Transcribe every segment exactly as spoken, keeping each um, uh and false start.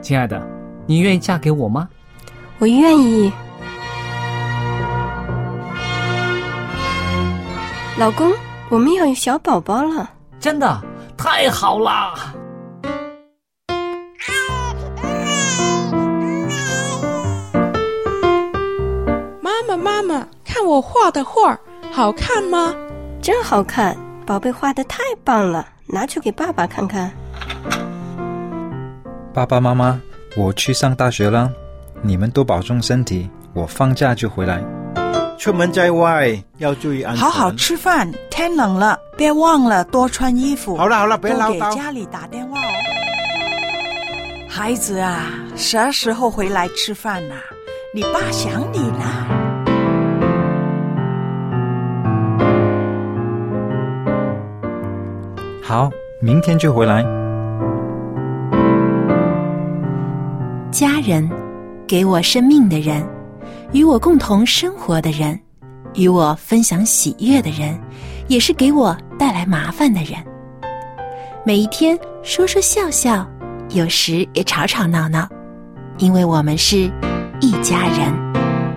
亲爱的，你愿意嫁给我吗？ 我愿意。老公，我们要有小宝宝了。 真的？太好了！ 妈妈妈妈，看我画的画好看吗？ 真好看，宝贝画得太棒了，拿去给爸爸看看。 爸爸妈妈，我去上大学了，你们多保重身体，我放假就回来。 出门在外要注意安全。 好好吃饭，天冷了，别忘了多穿衣服。 好了好了，别唠叨。 多给家里打电话哦。孩子啊，啥时候回来吃饭啊？你爸想你啦。 好，明天就回来。 家人，给我生命的人，与我共同生活的人，与我分享喜悦的人，也是给我带来麻烦的人。每一天说说笑笑，有时也吵吵闹闹，因为我们是一家人。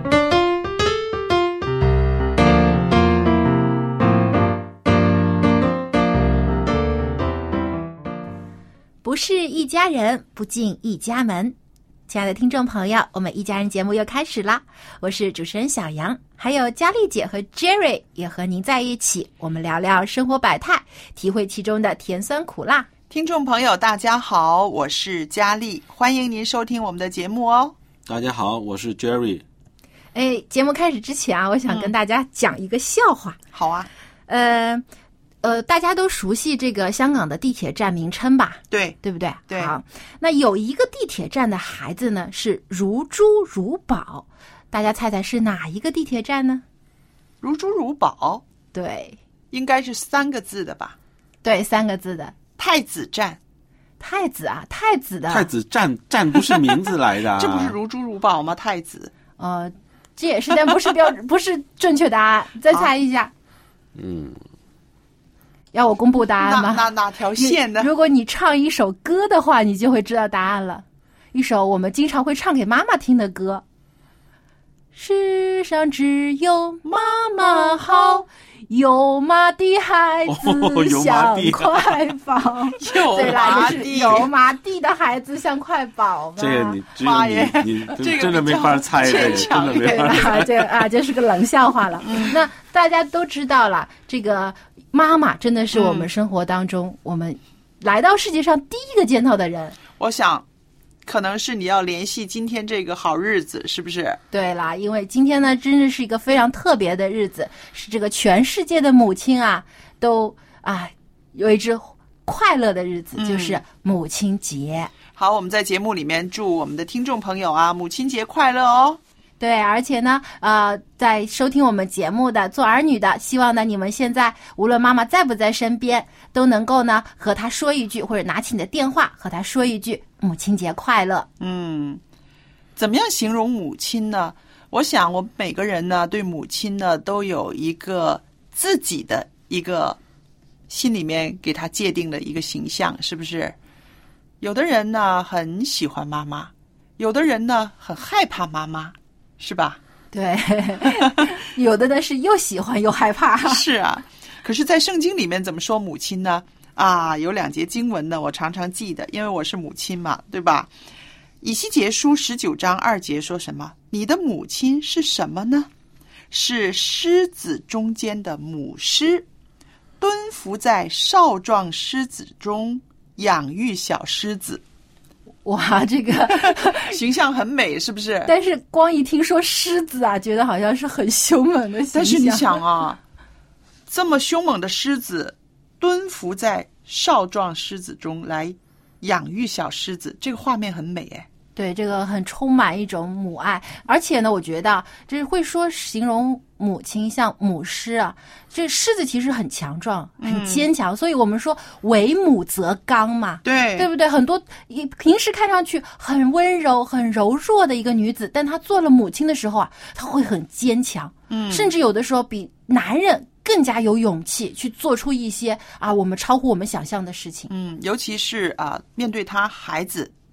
不是一家人，不进一家门。亲爱的听众朋友，我们一家人节目又开始啦！我是主持人小杨，还有佳丽姐和 Jerry 也和您在一起，我们聊聊生活百态，体会其中的甜酸苦辣。 听众朋友大家好，我是佳丽，欢迎您收听我们的节目哦。 大家好，我是 Jerry。 哎，节目开始之前啊，我想跟大家讲一个笑话。 嗯、好啊。 呃呃，大家都熟悉这个香港的地铁站名称吧？ 对， 对不对？ 对。 好，那有一个地铁站的孩子呢是如珠如宝，大家猜猜是哪一个地铁站呢？ 如珠如宝？ 对， 应该是三个字的吧？ 对，三个字的。 太子站。 太子啊，太子的。 太子站站不是名字来的、啊， 这不是如珠如宝吗？太子。 呃，这也是，但不是标准，不是正确答案。再猜一下。 嗯。 要我公布答案吗？ 哪哪哪条线呢？ 如果你唱一首歌的话，你就会知道答案了。一首我们经常会唱给妈妈听的歌。世上只有妈妈好，有妈的孩子像块宝。 有对啦，就是有妈的的孩子像块宝嘛。 这个你只有你你这个真的没法猜的，真的没法猜。 这啊，这是个冷笑话了。嗯、那大家都知道了，这个妈妈真的是我们生活当中、嗯、我们来到世界上第一个见到的人。 我想可能是你要联系今天这个好日子，是不是？ 对啦，因为今天呢真的是一个非常特别的日子，是这个全世界的母亲啊都啊有一只快乐的日子、嗯、就是母亲节。 好，我们在节目里面祝我们的听众朋友啊母亲节快乐哦。 对，而且呢呃在收听我们节目的做儿女的，希望呢你们现在无论妈妈在不在身边，都能够呢和她说一句，或者拿起你的电话和她说一句母亲节快乐。 嗯，怎么样形容母亲呢？我想我们每个人呢对母亲呢都有一个自己的一个心里面给她界定的一个形象，是不是？有的人呢很喜欢妈妈，有的人呢很害怕妈妈，是吧？ 对，有的呢是又喜欢又害怕。 是啊，可是在圣经里面怎么说母亲呢？啊，有两节经文呢我常常记得，因为我是母亲嘛，对吧？以西结书十九章二节说什么？你的母亲是什么呢？是狮子中间的母狮，蹲伏在少壮狮子中，养育小狮子。 哇，这个形象很美，是不是？ 但是光一听说狮子啊，觉得好像是很凶猛的形象。 但是你想啊，这么凶猛的狮子蹲伏在少壮狮子中来养育小狮子，这个画面很美哎。 对，这个很充满一种母爱，而且呢，我觉得这会说形容母亲像母狮啊，这狮子其实很强壮、很坚强，嗯、所以我们说为母则刚嘛， 对， 对不对？很多平时看上去很温柔、很柔弱的一个女子，但她做了母亲的时候啊，她会很坚强，嗯，甚至有的时候比男人更加有勇气去做出一些啊我们超乎我们想象的事情。 嗯，尤其是啊面对她孩子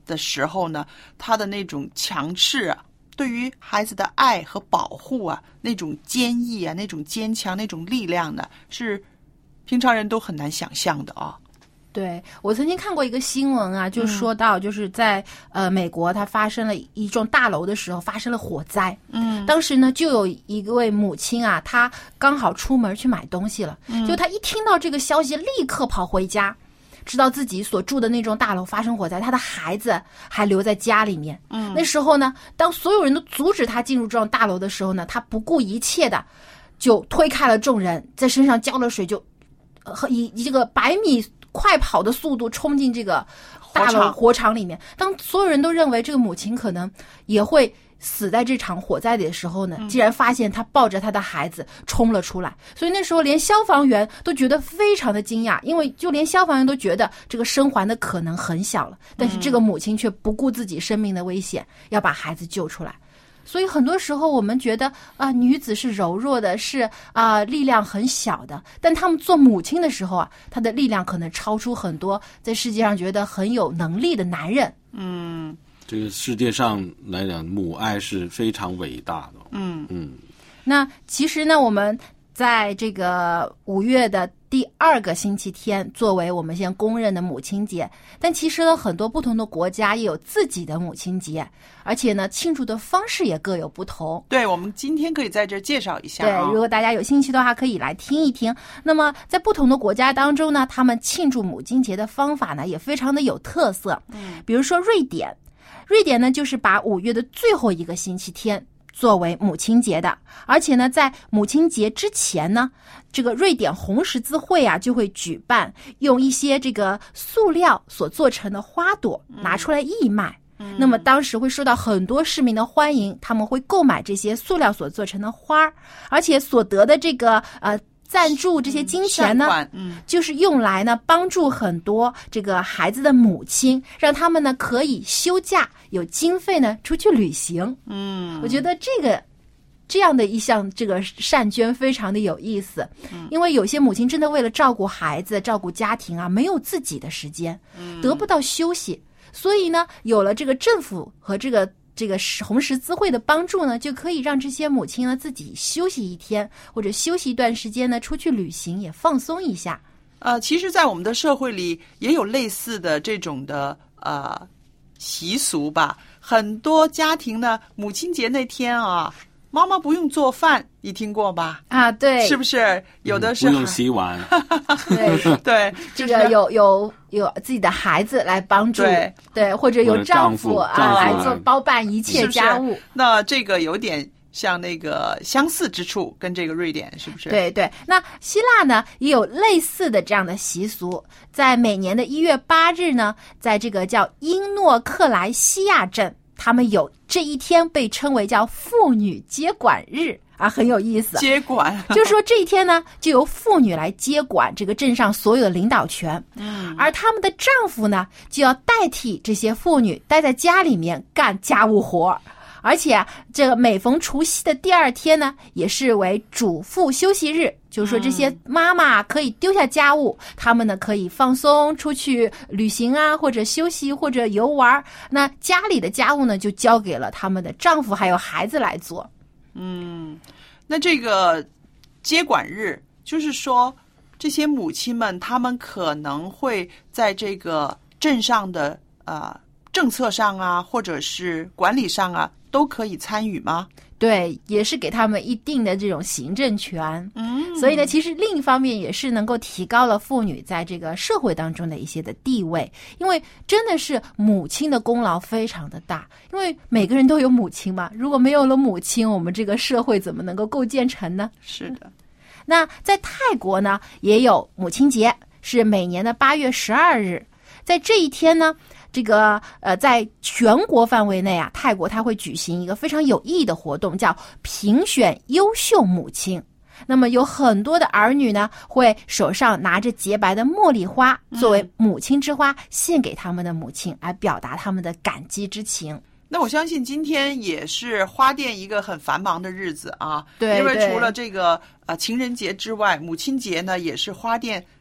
的时候呢，他的那种强势啊，对于孩子的爱和保护啊，那种坚毅啊，那种坚强，那种力量呢，是平常人都很难想象的啊。 对，我曾经看过一个新闻啊，就说到就是在、嗯、呃美国，它发生了一幢大楼的时候发生了火灾。嗯，当时呢就有一位母亲啊，她刚好出门去买东西了，嗯、就她一听到这个消息，立刻跑回家，知道自己所住的那栋大楼发生火灾，她的孩子还留在家里面。嗯，那时候呢，当所有人都阻止她进入这幢大楼的时候呢，她不顾一切的就推开了众人，在身上浇了水，就和以这个百米快跑的速度冲进这个大楼火场里面。当所有人都认为这个母亲可能也会死在这场火灾里的时候呢，竟然发现她抱着她的孩子冲了出来。所以那时候连消防员都觉得非常的惊讶，因为就连消防员都觉得这个生还的可能很小了，但是这个母亲却不顾自己生命的危险，要把孩子救出来。所以很多时候我们觉得啊、呃，女子是柔弱的，是啊、呃，力量很小的。但她们做母亲的时候啊，她的力量可能超出很多在世界上觉得很有能力的男人。 嗯， 这个世界上来讲，母爱是非常伟大的。 嗯嗯。 那其实呢，我们在这个五月的第二个星期天作为我们现在公认的母亲节，但其实呢，很多不同的国家也有自己的母亲节，而且呢，庆祝的方式也各有不同。 对，我们今天可以在这儿介绍一下、啊。 对，如果大家有兴趣的话，可以来听一听。那么，在不同的国家当中呢，他们庆祝母亲节的方法呢，也非常的有特色。嗯，比如说瑞典，瑞典呢就是把五月的最后一个星期天作为母亲节的，而且呢，在母亲节之前呢，这个瑞典红十字会啊就会举办用一些这个塑料所做成的花朵拿出来义卖。嗯、那么当时会受到很多市民的欢迎，他们会购买这些塑料所做成的花，而且所得的这个呃赞助这些金钱呢， 嗯嗯、 就是用来呢帮助很多这个孩子的母亲，让他们呢可以休假，有经费呢出去旅行。 嗯， 我觉得这个这样的一项这个善捐非常的有意思，嗯、因为有些母亲真的为了照顾孩子、照顾家庭啊，没有自己的时间，嗯、得不到休息，所以呢，有了这个政府和这个。这个红十字会的帮助呢，就可以让这些母亲呢自己休息一天，或者休息一段时间呢，出去旅行也放松一下。 呃，其实，在我们的社会里也有类似的这种的呃习俗吧。很多家庭呢，母亲节那天啊，妈妈不用做饭，你听过吧？ 啊，对， 是不是？有的是、 嗯、不用洗碗， 对对， 这个有有有自己的孩子来帮助， 对对，或者有丈夫啊丈夫来做包办一切家务。 是是那这个有点像那个相似之处，跟这个瑞典是不是？ 对对。那希腊呢也有类似的这样的习俗，在每年的一月八日呢，在这个叫英诺克莱西亚镇，他们有这一天被称为叫妇女接管日啊，很有意思。 接管就是说这一天呢，就由妇女来接管这个镇上所有的领导权，嗯，而他们的丈夫呢，就要代替这些妇女待在家里面干家务活。而且啊，这个每逢除夕的第二天呢，也是为主妇休息日，就是说这些妈妈可以丢下家务，她们呢可以放松出去旅行啊，或者休息或者游玩。那家里的家务呢，就交给了他们的丈夫还有孩子来做。 嗯，那这个接管日，就是说这些母亲们，她们可能会在这个镇上的呃政策上啊，或者是管理上啊，都可以参与吗？ 对，也是给他们一定的这种行政权。嗯，所以呢，其实另一方面也是能够提高了妇女在这个社会当中的一些的地位，因为真的是母亲的功劳非常的大，因为每个人都有母亲嘛，如果没有了母亲，我们这个社会怎么能够构建成呢？ 是的。 那在泰国呢，也有母亲节，是每年的八月十二日，在这一天呢，这个呃，在全国范围内啊，泰国它会举行一个非常有意义的活动，叫评选优秀母亲。那么有很多的儿女呢，会手上拿着洁白的茉莉花，作为母亲之花，献给他们的母亲，来表达他们的感激之情。 那我相信今天也是花店一个很繁忙的日子啊， 对， 因为除了这个呃情人节之外，母亲节呢也是花店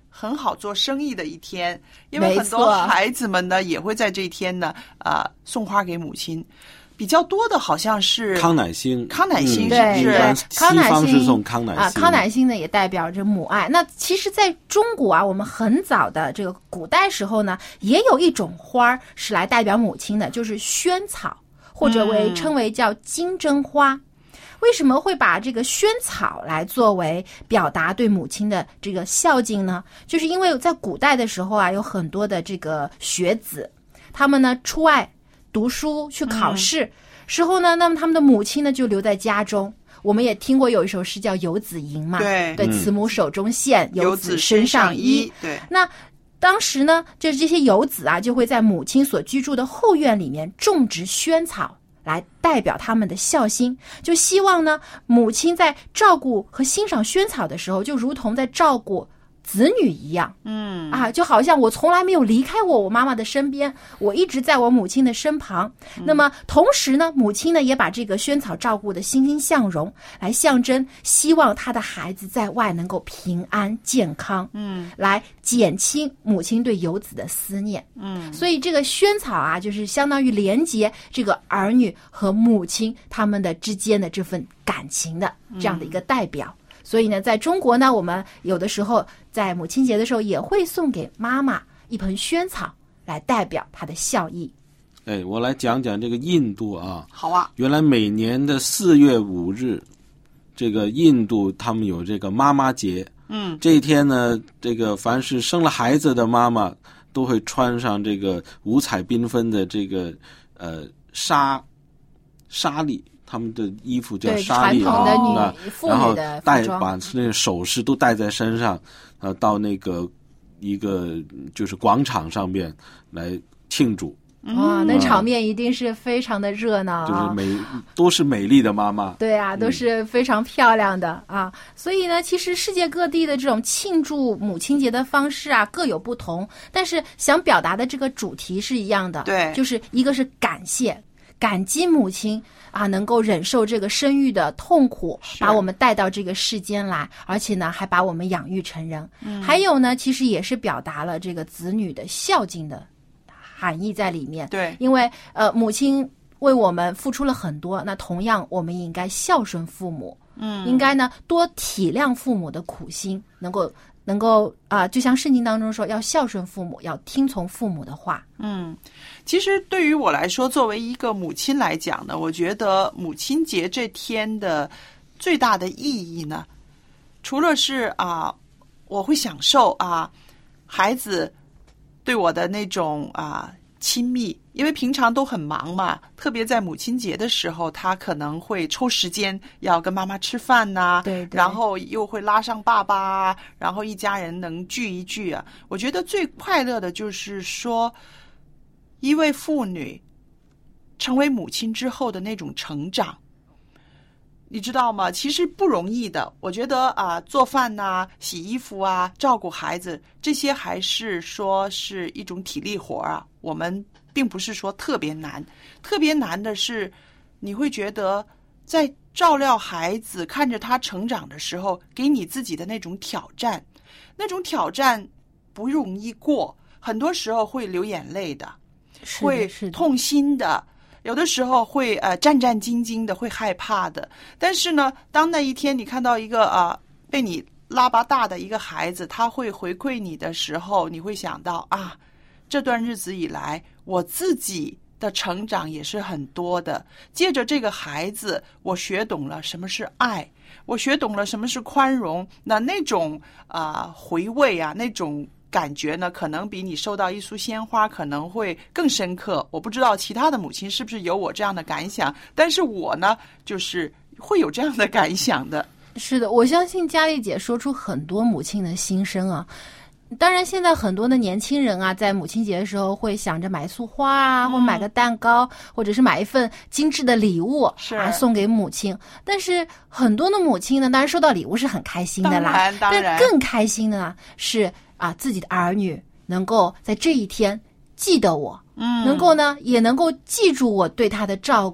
很好做生意的一天，因为很多孩子们呢也会在这一天呢，啊、呃，送花给母亲。比较多的好像是康乃馨， 康乃馨、 嗯、 是不是？ 西方是送康乃馨啊，康乃馨呢也代表着母爱。那其实在中国啊，我们很早的这个古代时候呢，也有一种花是来代表母亲的，就是萱草，或者为、嗯、称为叫金针花。为什么会把这个萱草来作为表达对母亲的这个孝敬呢？就是因为在古代的时候啊，有很多的这个学子，他们呢出外读书去考试、嗯、时候呢，那么他们的母亲呢就留在家中。我们也听过有一首诗叫《游子吟》嘛， 对， 对，慈母手中线，游子身上衣。 对， 那当时呢，就是这些游子啊，就会在母亲所居住的后院里面种植萱草，来代表他们的孝心，就希望呢，母亲在照顾和欣赏萱草的时候，就如同在照顾子女一样，嗯啊，就好像我从来没有离开过我妈妈的身边，我一直在我母亲的身旁。嗯、那么同时呢，母亲呢也把这个萱草照顾得欣欣向荣，来象征希望她的孩子在外能够平安健康，嗯，来减轻母亲对游子的思念，嗯，所以这个萱草啊，就是相当于连接这个儿女和母亲他们的之间的这份感情的这样的一个代表。嗯，所以呢，在中国呢，我们有的时候在母亲节的时候也会送给妈妈一盆萱草，来代表她的孝义。 哎，我来讲讲这个印度啊。 好啊。 原来每年的四月五日，这个印度他们有这个妈妈节。嗯。这一天呢，这个凡是生了孩子的妈妈都会穿上这个五彩缤纷的这个呃纱纱丽。他们的衣服叫纱丽啊，然后戴把那个首饰都戴在身上，呃，到那个一个就是广场上面来庆祝。 哇，那场面一定是非常的热闹、啊， 就是美，都是美丽的妈妈。 对啊，都是非常漂亮的、嗯、啊。所以呢，其实世界各地的这种庆祝母亲节的方式啊各有不同，但是想表达的这个主题是一样的。 对， 就是一个是感谢。感激母亲啊，能够忍受这个生育的痛苦，把我们带到这个世间来，而且呢，还把我们养育成人。嗯、还有呢，其实也是表达了这个子女的孝敬的含义在里面。 对， 因为呃，母亲为我们付出了很多，那同样我们也应该孝顺父母。嗯，应该呢多体谅父母的苦心，能够。能够啊、呃，就像圣经当中说，要孝顺父母，要听从父母的话。 嗯，其实对于我来说，作为一个母亲来讲呢，我觉得母亲节这天的最大的意义呢，除了是啊、呃，我会享受啊，孩子对我的那种啊。亲密，因为平常都很忙嘛，特别在母亲节的时候，他可能会抽时间要跟妈妈吃饭呐、啊， 对， 然后又会拉上爸爸，然后一家人能聚一聚啊。我觉得最快乐的就是说，一位妇女成为母亲之后的那种成长。你知道吗？其实不容易的。我觉得啊，做饭呐、啊、洗衣服啊、照顾孩子，这些还是说是一种体力活啊。我们并不是说特别难，特别难的是，你会觉得在照料孩子、看着他成长的时候，给你自己的那种挑战，那种挑战不容易过，很多时候会流眼泪的， 是的会痛心的。有的时候会呃战战兢兢的，会害怕的。但是呢，当那一天你看到一个啊、呃、被你拉拔大的一个孩子，他会回馈你的时候，你会想到啊，这段日子以来我自己的成长也是很多的。借着这个孩子，我学懂了什么是爱，我学懂了什么是宽容。那那种啊、呃、回味啊，那种。感觉呢，可能比你收到一束鲜花可能会更深刻。我不知道其他的母亲是不是有我这样的感想，但是我呢，就是会有这样的感想的。 是的，我相信佳丽姐说出很多母亲的心声啊。当然，现在很多的年轻人啊，在母亲节的时候会想着买束花啊，嗯、或买个蛋糕，或者是买一份精致的礼物啊送给母亲。但是很多的母亲呢，当然收到礼物是很开心的啦， 当然当然但更开心的呢是。啊，自己的儿女能够在这一天记得我，嗯，能够呢，也能够记住我对他的照顾，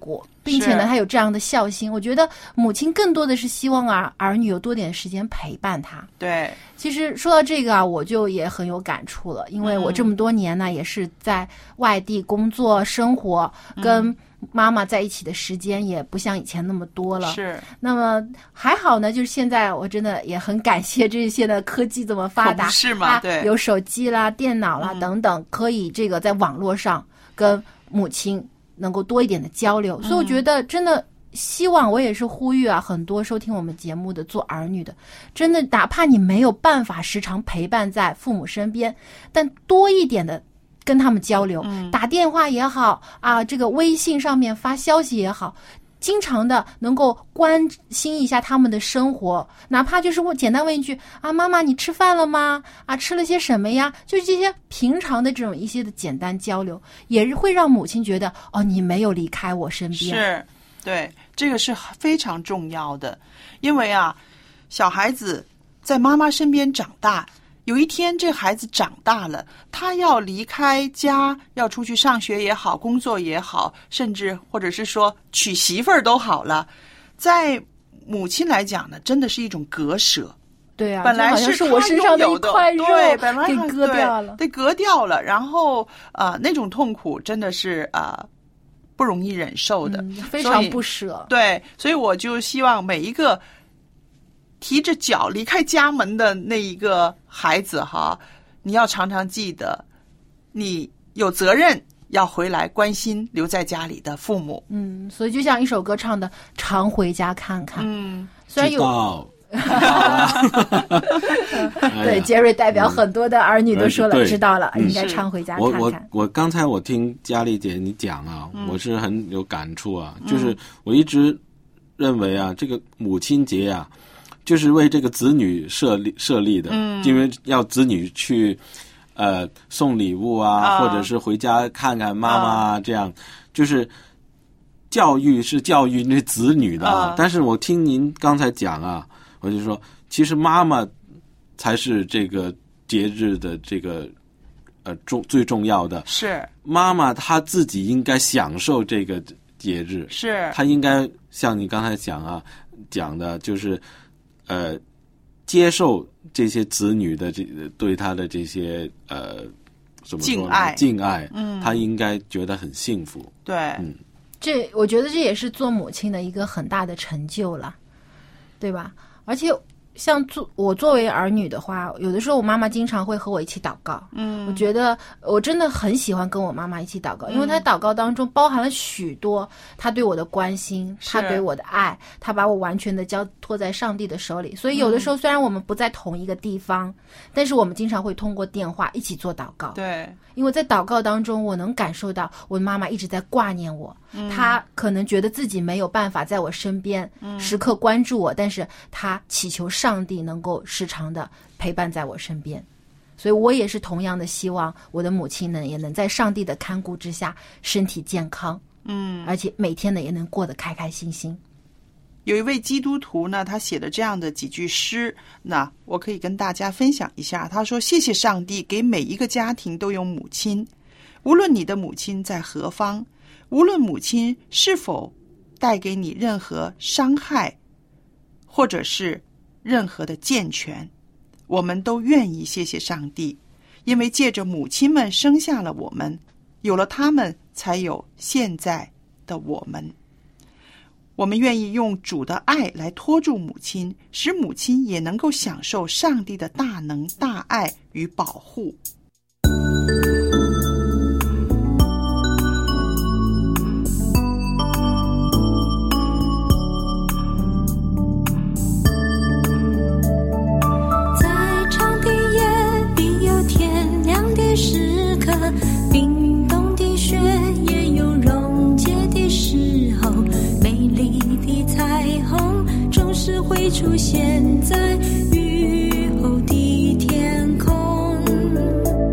并且呢他有这样的孝心，我觉得母亲更多的是希望儿儿女有多点时间陪伴他。 对， 其实说到这个啊，我就也很有感触了，因为我这么多年呢、嗯、也是在外地工作生活，跟妈妈在一起的时间也不像以前那么多了。 是， 那么还好呢，就是现在我真的也很感谢这些的科技这么发达， 是吗？ 啊、 对， 有手机啦、电脑啦、嗯、等等，可以这个在网络上跟母亲能够多一点的交流，所以我觉得真的希望，我也是呼吁啊，很多收听我们节目的做儿女的，真的哪怕你没有办法时常陪伴在父母身边，但多一点的跟他们交流、嗯、打电话也好啊，这个微信上面发消息也好，经常的能够关心一下他们的生活，哪怕就是问简单问一句啊，妈妈你吃饭了吗？啊，吃了些什么呀？就是这些平常的这种一些的简单交流，也会让母亲觉得哦，你没有离开我身边。 是，对，这个是非常重要的，因为啊，小孩子在妈妈身边长大。有一天这孩子长大了，他要离开家，要出去上学也好，工作也好，甚至或者是说娶媳妇儿都好了，在母亲来讲呢，真的是一种割舍。 对啊， 本来是我身上的一块肉， 对，本来给割掉了， 对，割掉了，然后啊、呃，那种痛苦真的是啊、呃、不容易忍受的、嗯， 非常不舍。 对，所以我就希望每一个提着脚离开家门的那一个孩子哈，你要常常记得，你有责任要回来关心留在家里的父母。 嗯，所以就像一首歌唱的，常回家看看。 嗯， 虽然有。对，杰瑞代表很多的儿女都说了，嗯、知道了，应该常回家看看。 我我我刚才我听佳丽姐你讲啊、嗯，我是很有感触啊，就是我一直认为啊，这个母亲节啊。就是为这个子女设立设立的、嗯，因为要子女去，呃，送礼物啊，啊或者是回家看看妈妈、啊、这样，就是教育是教育那子女的啊。但是我听您刚才讲啊，我就说，其实妈妈才是这个节日的这个呃重最重要的。 是妈妈她自己应该享受这个节日， 是她应该像你刚才讲啊讲的，就是。呃，接受这些子女的这对他的这些呃，怎么说呢？ 敬爱， 敬爱， 嗯， 他应该觉得很幸福。 对， 嗯， 这我觉得这也是做母亲的一个很大的成就了，对吧？而且像做我作为儿女的话，有的时候我妈妈经常会和我一起祷告。嗯，我觉得我真的很喜欢跟我妈妈一起祷告，因为她祷告当中包含了许多她对我的关心，她对我的爱，她把我完全的交托在上帝的手里。所以有的时候虽然我们不在同一个地方，嗯、但是我们经常会通过电话一起做祷告。 对， 因为在祷告当中，我能感受到我的妈妈一直在挂念我。嗯、她可能觉得自己没有办法在我身边、嗯、时刻关注我，但是她祈求上帝能够时常的陪伴在我身边。所以我也是同样的希望我的母亲呢也能在上帝的看顾之下身体健康， 嗯， 而且每天呢也能过得开开心心。 有一位基督徒呢，他写的这样的几句诗，那我可以跟大家分享一下。他说：谢谢上帝给每一个家庭都有母亲，无论你的母亲在何方，无论母亲是否带给你任何伤害或者是任何的健全，我们都愿意谢谢上帝，因为借着母亲们生下了我们，有了他们才有现在的我们。我们愿意用主的爱来托住母亲，使母亲也能够享受上帝的大能大爱与保护。 在长的夜必有天亮的时刻，冰冻的雪也有溶解的时候，美丽的彩虹总是会出现在雨后的天空。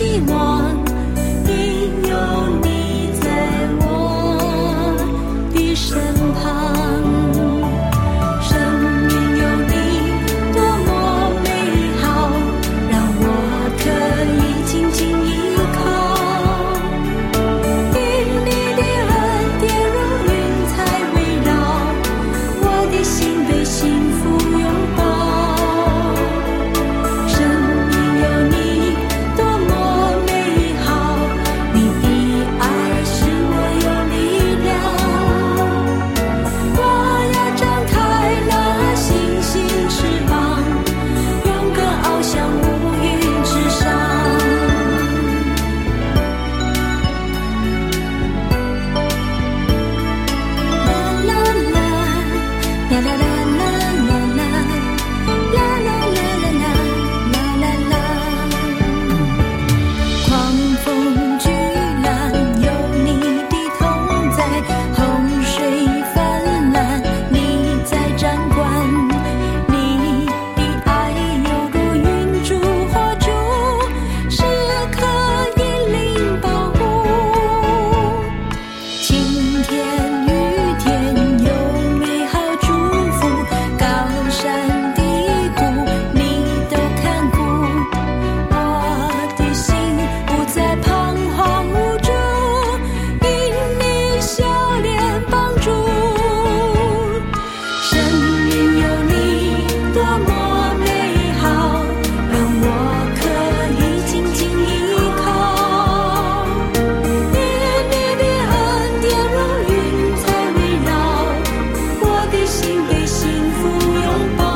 希望，因有你在我的身旁。生命有你多么美好，让我可以紧紧依靠。因你的恩典如云彩围绕，我的心被幸福拥抱。生命有你多么美好，你的爱使我有力量。我要张开那星星翅膀，勇敢翱翔乌云之上。啦啦啦，啦啦啦啦啦啦，啦啦啦啦啦，啦啦啦。狂风巨浪有你的同在，洪水泛滥你在掌管。你的爱犹如云柱火柱，时刻引领保护。晴天雨天有美好祝福，高山低谷你都看顾。我的心不再彷徨无助，因你笑脸帮助。生命有你多么美好，让我可以紧紧依靠。因你的恩典如云彩围绕，我的心被幸福拥抱。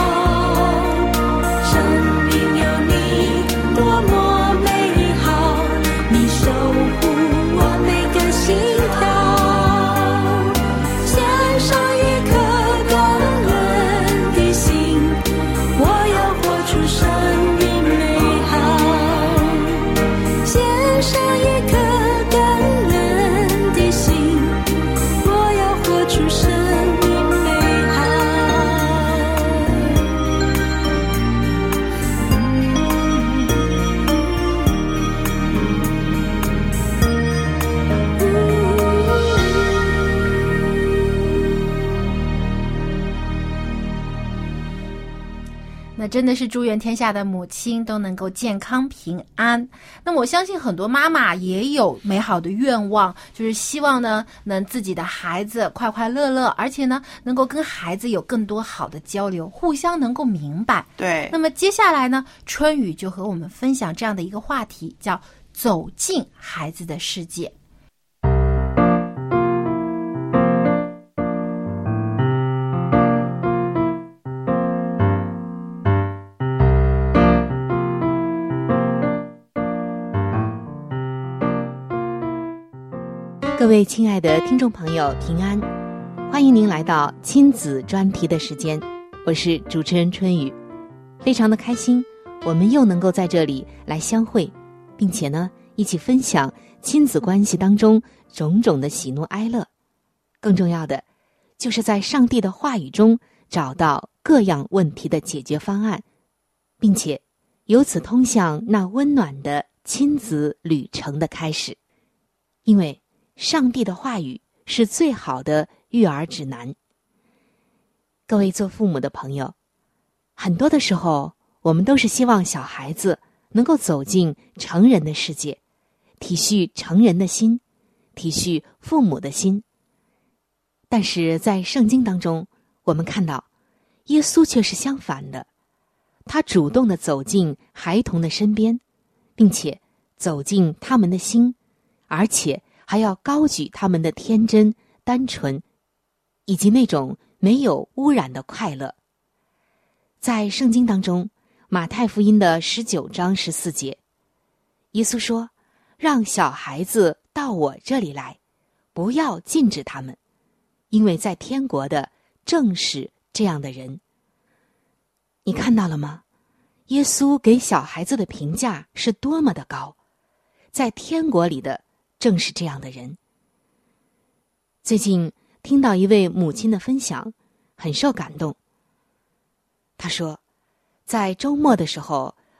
生命有你多么美好，你守护我每个心跳。献上一颗感恩的心，我要活出生命美好。献上一颗感恩的心，我要活出生命美好。 那真的是祝愿天下的母亲都能够健康平安。那么我相信很多妈妈也有美好的愿望，就是希望呢能自己的孩子快快乐乐，而且呢能够跟孩子有更多好的交流，互相能够明白。 对， 那么接下来呢，春雨就和我们分享这样的一个话题，叫走进孩子的世界。 各位亲爱的听众朋友，平安！欢迎您来到亲子专题的时间，我是主持人春雨，非常的开心，我们又能够在这里来相会，并且呢，一起分享亲子关系当中种种的喜怒哀乐。更重要的，就是在上帝的话语中找到各样问题的解决方案，并且由此通向那温暖的亲子旅程的开始。因为上帝的话语是最好的育儿指南。各位做父母的朋友，很多的时候，我们都是希望小孩子能够走进成人的世界，体恤成人的心，体恤父母的心。但是在圣经当中，我们看到耶稣却是相反的，他主动地走进孩童的身边，并且走进他们的心，而且还要高举他们的天真、单纯，以及那种没有污染的快乐。在圣经当中，马太福音的十九章十四节，耶稣说：“让小孩子到我这里来，不要禁止他们，因为在天国的正是这样的人。”你看到了吗？耶稣给小孩子的评价是多么的高，在天国里的正是这样的人。最近听到一位母亲的分享，很受感动。她说，在周末的时候，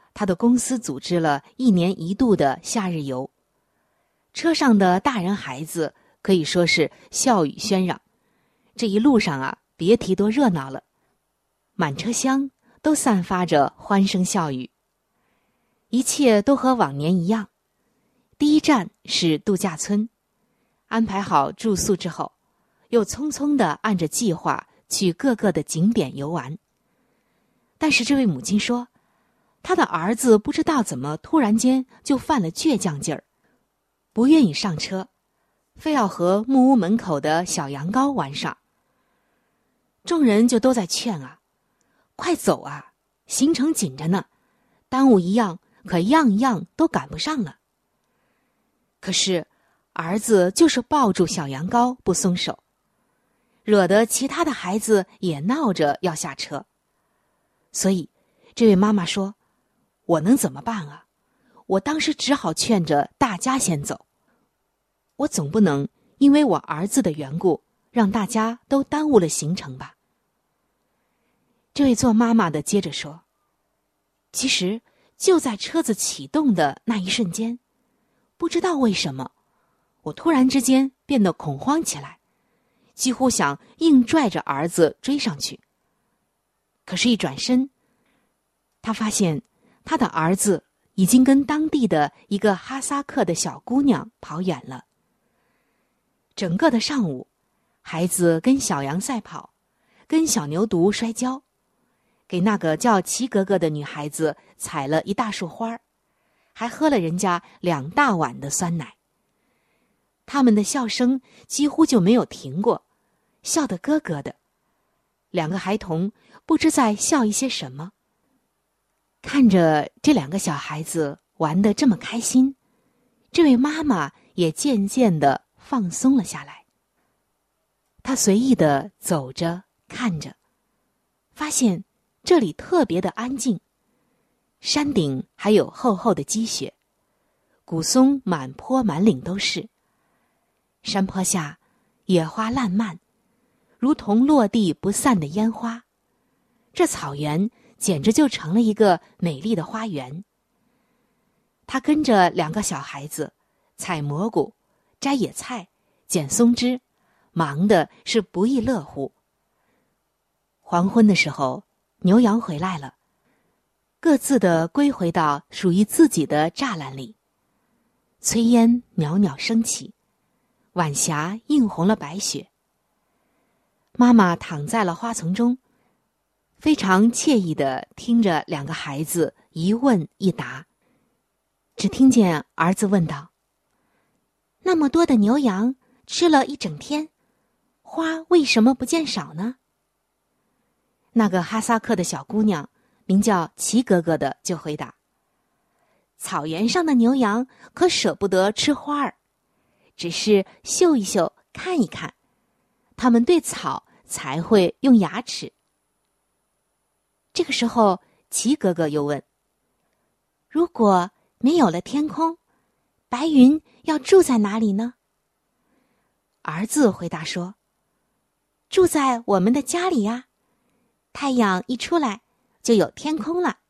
他的公司组织了一年一度的夏日游。车上的大人孩子可以说是笑语喧嚷，这一路上啊，别提多热闹了，满车厢都散发着欢声笑语。一切都和往年一样。第一站是度假村，安排好住宿之后，又匆匆地按着计划去各个的景点游玩。但是这位母亲说，她的儿子不知道怎么突然间就犯了倔强劲儿，不愿意上车，非要和木屋门口的小羊羔玩耍。众人就都在劝啊，快走啊，行程紧着呢，耽误一样可样样都赶不上了。可是儿子就是抱住小羊羔不松手，惹得其他的孩子也闹着要下车。所以这位妈妈说，我能怎么办啊？我当时只好劝着大家先走，我总不能因为我儿子的缘故让大家都耽误了行程吧。这位做妈妈的接着说，其实就在车子启动的那一瞬间，不知道为什么，我突然之间变得恐慌起来，几乎想硬拽着儿子追上去。可是一转身，他发现他的儿子已经跟当地的一个哈萨克的小姑娘跑远了。整个的上午，孩子跟小羊赛跑，跟小牛犊摔跤，给那个叫齐格格的女孩子采了一大束花，还喝了人家两大碗的酸奶。他们的笑声几乎就没有停过，笑得咯咯的。两个孩童不知在笑一些什么。看着这两个小孩子玩得这么开心，这位妈妈也渐渐地放松了下来。她随意地走着看着，发现这里特别的安静，山顶还有厚厚的积雪，古松满坡满岭都是，山坡下野花烂漫，如同落地不散的烟花。这草原简直就成了一个美丽的花园。他跟着两个小孩子采蘑菇、摘野菜、捡松枝，忙的是不亦乐乎。黄昏的时候，牛羊回来了，各自的归回到属于自己的栅栏里。炊烟袅袅升起，晚霞映红了白雪。妈妈躺在了花丛中，非常惬意地听着两个孩子一问一答。只听见儿子问道，那么多的牛羊吃了一整天，花为什么不见少呢？那个哈萨克的小姑娘名叫齐格格的就回答，草原上的牛羊可舍不得吃花儿，只是嗅一嗅看一看，它们对草才会用牙齿。这个时候齐格格又问，如果没有了天空，白云要住在哪里呢？儿子回答说，住在我们的家里呀，太阳一出来就有天空了。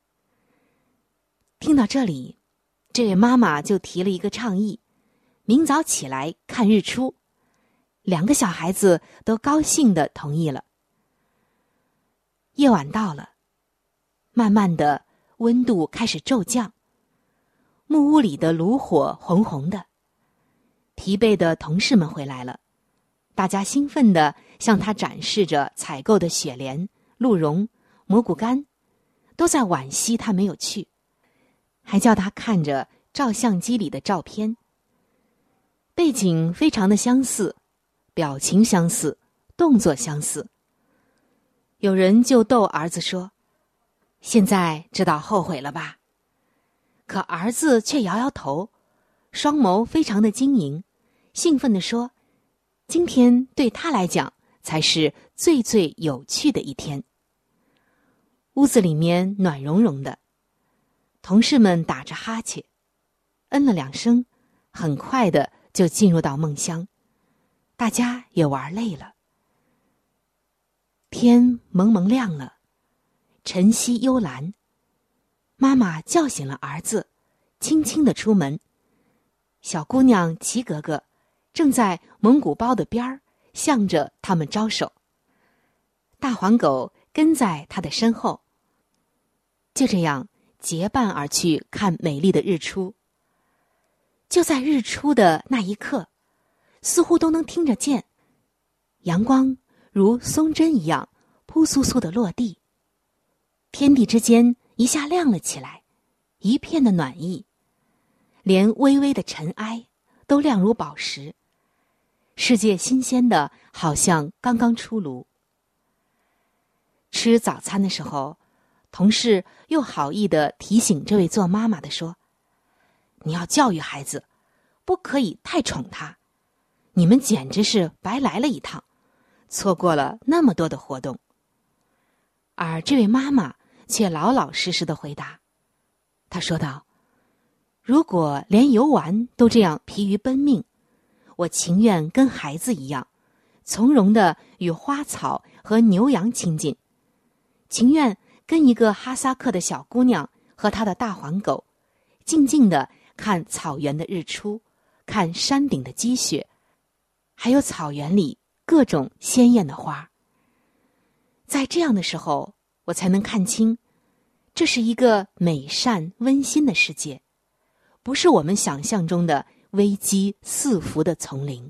听到这里，这位妈妈就提了一个倡议，明早起来看日出。两个小孩子都高兴地同意了。夜晚到了，慢慢的温度开始骤降，木屋里的炉火红红的。疲惫的同事们回来了，大家兴奋地向他展示着采购的雪莲、鹿茸、蘑菇干，都在惋惜他没有去，还叫他看着照相机里的照片。背景非常的相似，表情相似，动作相似。有人就逗儿子说，现在知道后悔了吧？可儿子却摇摇头，双眸非常的晶莹，兴奋地说，今天对他来讲才是最最有趣的一天。屋子里面暖融融的，同事们打着哈欠，嗯了两声，很快的就进入到梦乡，大家也玩累了。天蒙蒙亮了，晨曦幽蓝， 妈妈叫醒了儿子，轻轻地出门。小姑娘齐格格正在蒙古包的边儿向着他们招手，大黄狗跟在他的身后。就这样结伴而去看美丽的日出。就在日出的那一刻，似乎都能听着见，阳光如松针一样扑簌簌地落地，天地之间一下亮了起来，一片的暖意，连微微的尘埃都亮如宝石，世界新鲜的好像刚刚出炉。吃早餐的时候，同事又好意地提醒这位做妈妈的说，你要教育孩子，不可以太宠他，你们简直是白来了一趟，错过了那么多的活动。而这位妈妈却老老实实地回答，她说道，如果连游玩都这样疲于奔命，我情愿跟孩子一样，从容地与花草和牛羊亲近，情愿跟一个哈萨克的小姑娘和她的大黄狗，静静地看草原的日出，看山顶的积雪，还有草原里各种鲜艳的花。在这样的时候，我才能看清，这是一个美善温馨的世界，不是我们想象中的危机四伏的丛林。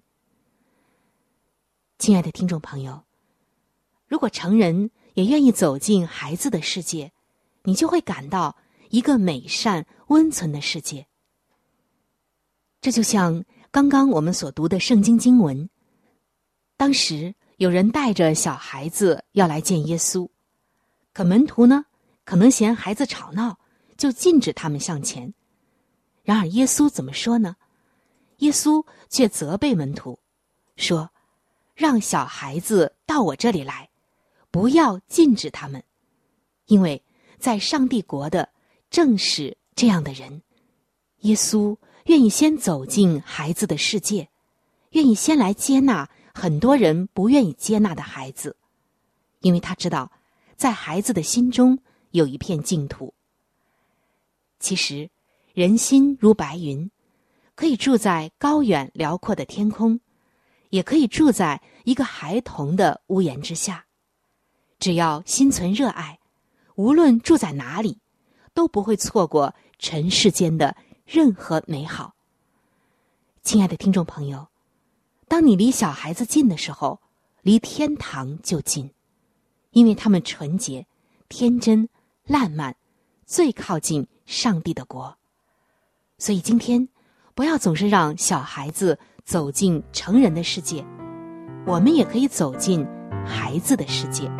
亲爱的听众朋友，如果成人也愿意走进孩子的世界，你就会感到一个美善温存的世界。这就像刚刚我们所读的圣经经文，当时有人带着小孩子要来见耶稣，可门徒呢，可能嫌孩子吵闹，就禁止他们向前。然而耶稣怎么说呢？耶稣却责备门徒，说，让小孩子到我这里来，不要禁止他们，因为在上帝国的正是这样的人。耶稣愿意先走进孩子的世界，愿意先来接纳很多人不愿意接纳的孩子，因为他知道在孩子的心中有一片净土。其实人心如白云，可以住在高远辽阔的天空，也可以住在一个孩童的屋檐之下。只要心存热爱，无论住在哪里，都不会错过尘世间的任何美好。亲爱的听众朋友，当你离小孩子近的时候，离天堂就近，因为他们纯洁、天真、烂漫，最靠近上帝的国。所以今天不要总是让小孩子走进成人的世界，我们也可以走进孩子的世界。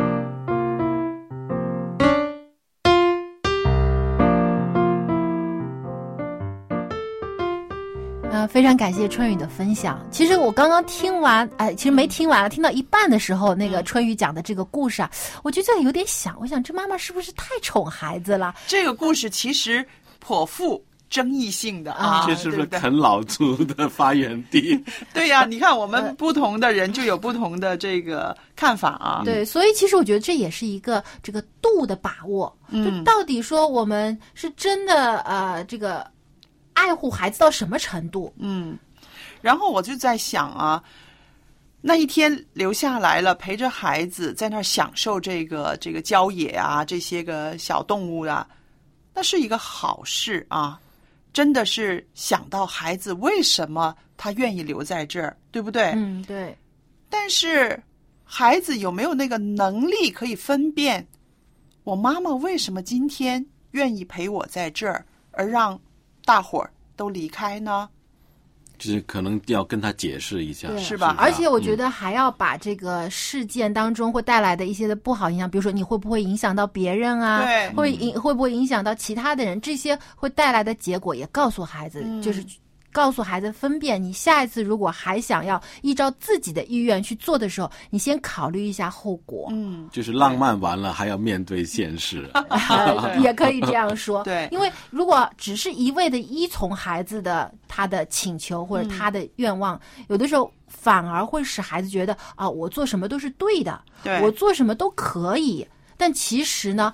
呃，非常感谢春雨的分享。其实我刚刚听完，哎、呃，其实没听完，听到一半的时候，那个春雨讲的这个故事啊，我就觉得有点想，我想这妈妈是不是太宠孩子了？ 这个故事其实颇富争议性的啊， 这是不是啃老族的发源地？ 对呀、啊，你看我们不同的人就有不同的这个看法啊。 对，所以其实我觉得这也是一个这个度的把握，嗯、就到底说我们是真的呃这个。爱护孩子到什么程度？ 嗯，然后我就在想啊，那一天留下来了，陪着孩子在那儿享受这个这个郊野啊，这些个小动物啊，那是一个好事啊！真的是想到孩子为什么他愿意留在这儿，对不对？ 嗯，对。 但是孩子有没有那个能力可以分辨，我妈妈为什么今天愿意陪我在这儿，而让大伙儿都离开呢？ 就是可能要跟他解释一下， 是吧？ 而且我觉得还要把这个事件当中会带来的一些的不好影响，比如说你会不会影响到别人啊？ 对， 会影会不会影响到其他的人？这些会带来的结果也告诉孩子，嗯、就是告诉孩子分辨。你下一次如果还想要依照自己的意愿去做的时候，你先考虑一下后果。 嗯， 就是浪漫完了还要面对现实， 也可以这样说。 对， 因为如果只是一味的依从孩子的他的请求或者他的愿望，嗯、有的时候反而会使孩子觉得啊，我做什么都是对的， 对， 我做什么都可以。但其实呢，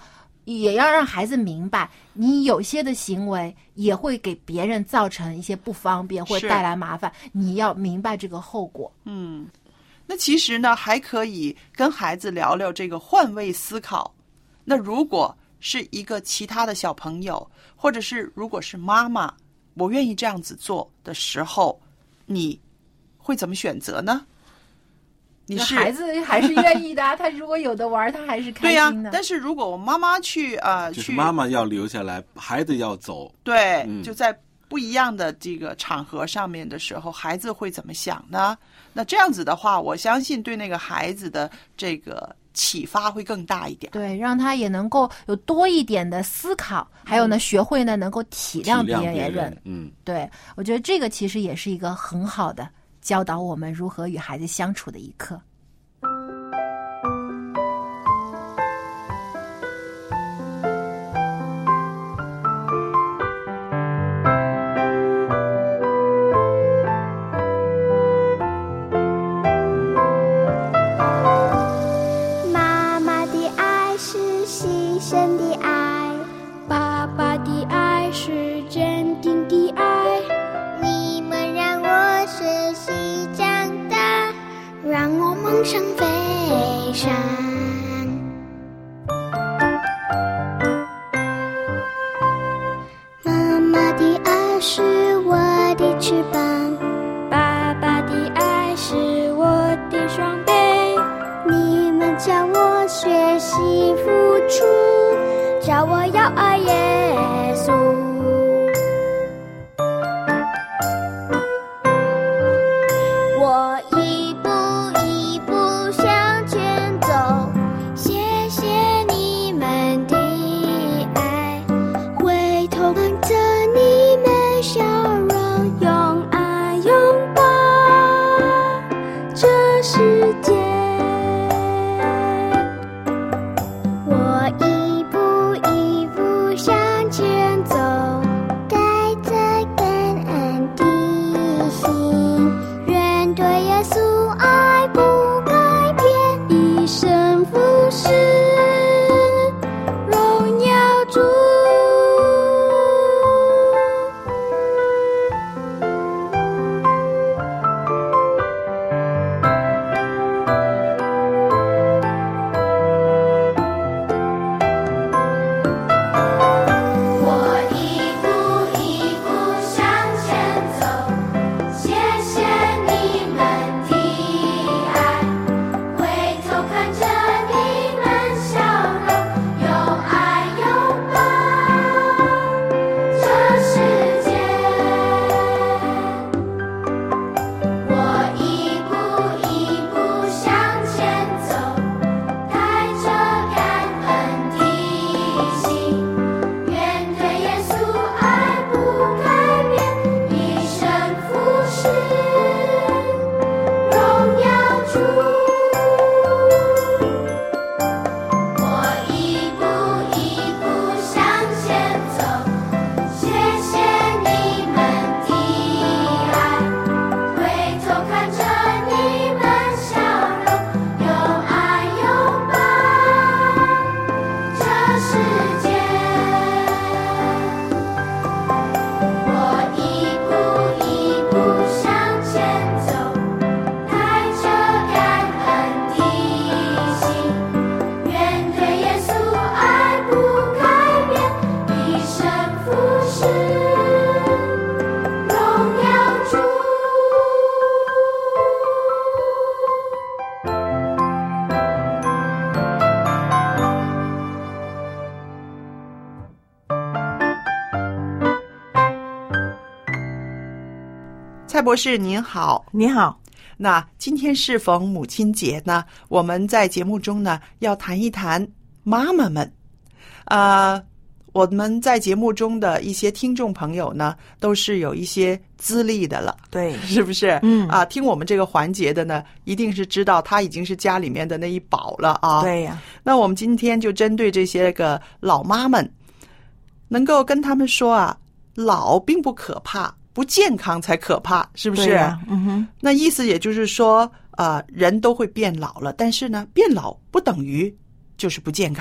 也要让孩子明白，你有些的行为也会给别人造成一些不方便或者带来麻烦，你要明白这个后果。 嗯，那其实呢，还可以跟孩子聊聊这个换位思考。那如果是一个其他的小朋友，或者是如果是妈妈，我愿意这样子做的时候，你会怎么选择呢？你是孩子还是愿意的、啊、他如果有的玩他还是开心的。 对呀、啊，但是如果我妈妈去呃， 就是妈妈要留下来，孩子要走。 对、 嗯， 就在不一样的这个场合上面的时候，孩子会怎么想呢？那这样子的话，我相信对那个孩子的这个启发会更大一点。 对，让他也能够有多一点的思考，还有呢，学会呢能够体谅别人。 别人嗯， 对，我觉得这个其实也是一个很好的教导我们如何与孩子相处的一课。 蔡博士您好。 你好。 那今天适逢母亲节呢，我们在节目中呢要谈一谈妈妈们。呃，我们在节目中的一些听众朋友呢，都是有一些资历的了， 对， 是不是？ 嗯啊，听我们这个环节的呢，一定是知道他已经是家里面的那一宝了啊。 对呀。 那我们今天就针对这些个老妈们，能够跟他们说啊，老并不可怕，不健康才可怕，是不是？ 对呀，嗯哼。 那意思也就是说，呃，人都会变老了，但是呢，变老不等于就是不健康。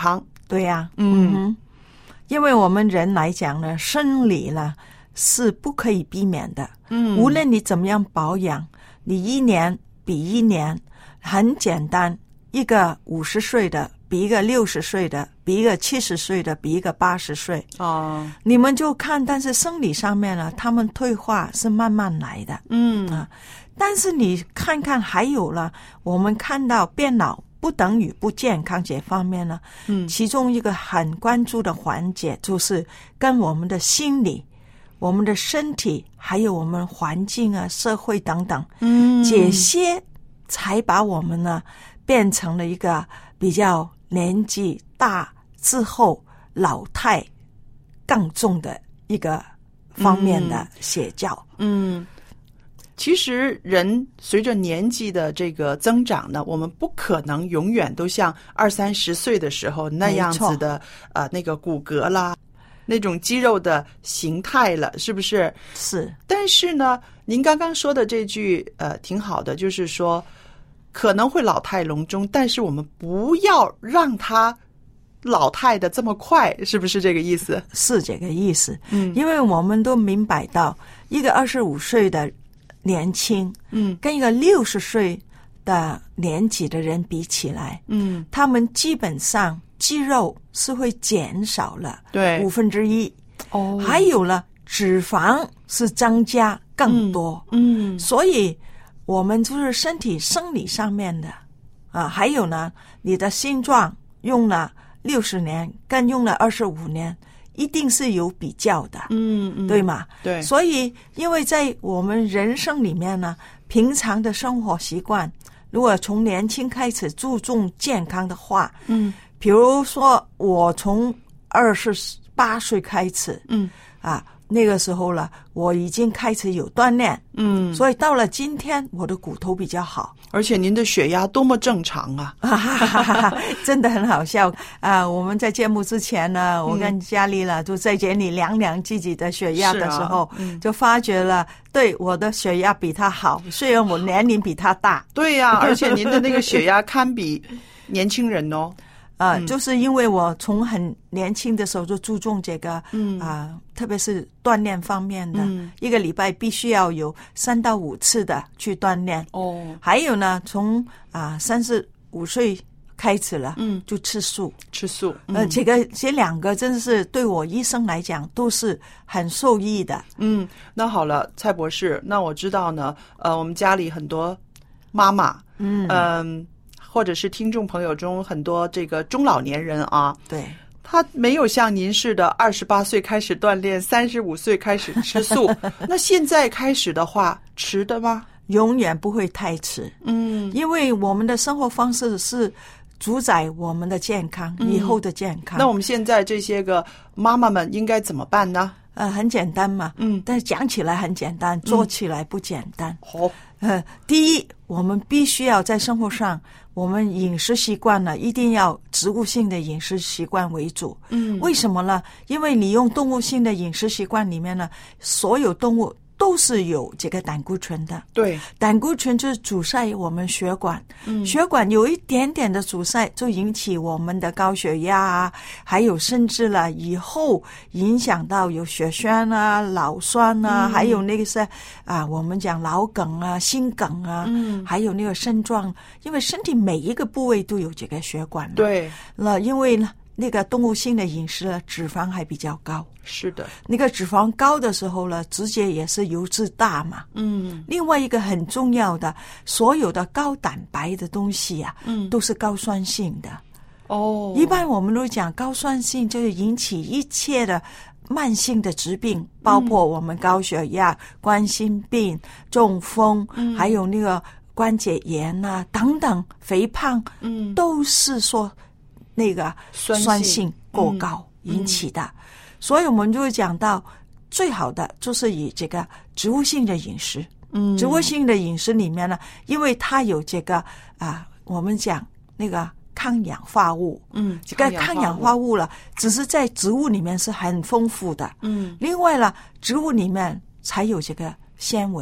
对呀、啊，嗯哼，因为我们人来讲呢，生理呢是不可以避免的。嗯，无论你怎么样保养，你一年比一年，很简单，一个五十岁的比一个六十岁的，比一个七十岁的，比一个八十岁。哦，你们就看，但是生理上面呢，他们退化是慢慢来的。嗯啊，但是你看看，还有了，我们看到变老不等于不健康这方面呢，嗯，其中一个很关注的环节就是跟我们的心理、我们的身体，还有我们环境啊、社会等等，嗯，这些才把我们呢变成了一个比较年纪大之后老态更重的一个方面的写照。嗯。嗯， 其实人随着年纪的这个增长呢，我们不可能永远都像二三十岁的时候那样子的呃那个骨骼啦，那种肌肉的形态了，是不是？ 是。但是呢，您刚刚说的这句呃挺好的，就是说可能会老态龙钟，但是我们不要让它老态的这么快，是不是这个意思？ 是这个意思。嗯，因为我们都明白到，一个二十五岁的年轻，嗯，跟一个六十岁的年纪的人比起来，嗯，他们基本上肌肉是会减少了，对，五分之一。哦，还有了脂肪是增加更多，嗯，嗯所以我们就是身体生理上面的啊，还有呢，你的心脏用了六十年，跟用了二十五年。一定是有比较的，嗯嗯，对吗？对，所以因为在我们人生里面呢，平常的生活习惯，如果从年轻开始注重健康的话，嗯，比如说我从二十八岁开始，嗯啊，那个时候了，我已经开始有锻炼，嗯，所以到了今天，我的骨头比较好。 而且您的血压多么正常啊！ 真的很好笑啊、呃！我们在节目之前呢，我跟佳丽了、嗯、就在这里量量自己的血压的时候，啊嗯、就发觉了，对我的血压比他好，虽然我年龄比他大。 对呀、啊，而且您的那个血压堪比年轻人哦。 啊、呃嗯，就是因为我从很年轻的时候就注重这个，嗯啊、呃，特别是锻炼方面的，嗯、一个礼拜必须要有三到五次的去锻炼。哦，还有呢，从啊三十五岁开始了，嗯，就吃素， 吃素。嗯、 呃，这个这两个真是对我医生来讲都是很受益的。 嗯，那好了，蔡博士，那我知道呢，呃，我们家里很多妈妈，嗯嗯。呃或者是听众朋友中很多这个中老年人啊， 对， 他没有像您似的二十八岁开始锻炼，三十五岁开始吃素。那现在开始的话，迟的吗？ 永远不会太迟。嗯，因为我们的生活方式是主宰我们的健康，嗯、以后的健康。 那我们现在这些个妈妈们应该怎么办呢？ 呃，很简单嘛，嗯，但是讲起来很简单，做起来不简单。好、嗯，呃，第一，我们必须要在生活上，我们饮食习惯呢，一定要植物性的饮食习惯为主。嗯，为什么呢？因为你用动物性的饮食习惯里面呢，所有动物都是有这个胆固醇的。 对， 胆固醇就是阻塞我们血管，嗯，血管有一点点的阻塞，就引起我们的高血压啊，还有甚至了以后影响到有血栓啊、脑栓啊，嗯、还有那个是啊，我们讲脑梗啊、心梗啊，嗯，还有那个肾脏，因为身体每一个部位都有这个血管。 对， 那因为呢。那个动物性的饮食呢，脂肪还比较高。 是的， 那个脂肪高的时候呢，直接也是油脂大嘛。嗯。另外一个很重要的，所有的高蛋白的东西啊，嗯，都是高酸性的。哦。一般我们都讲高酸性就是引起一切的慢性的疾病，包括我们高血压、冠心病、中风，嗯，还有那个关节炎啊等等，肥胖，嗯，都是说。那个酸性过高引起的，嗯嗯、所以我们就会讲到最好的就是以这个植物性的饮食。嗯，植物性的饮食里面呢，因为它有这个啊，我们讲那个抗氧化物。嗯，这个抗氧化物了，只是在植物里面是很丰富的。嗯，另外呢，植物里面才有这个纤维。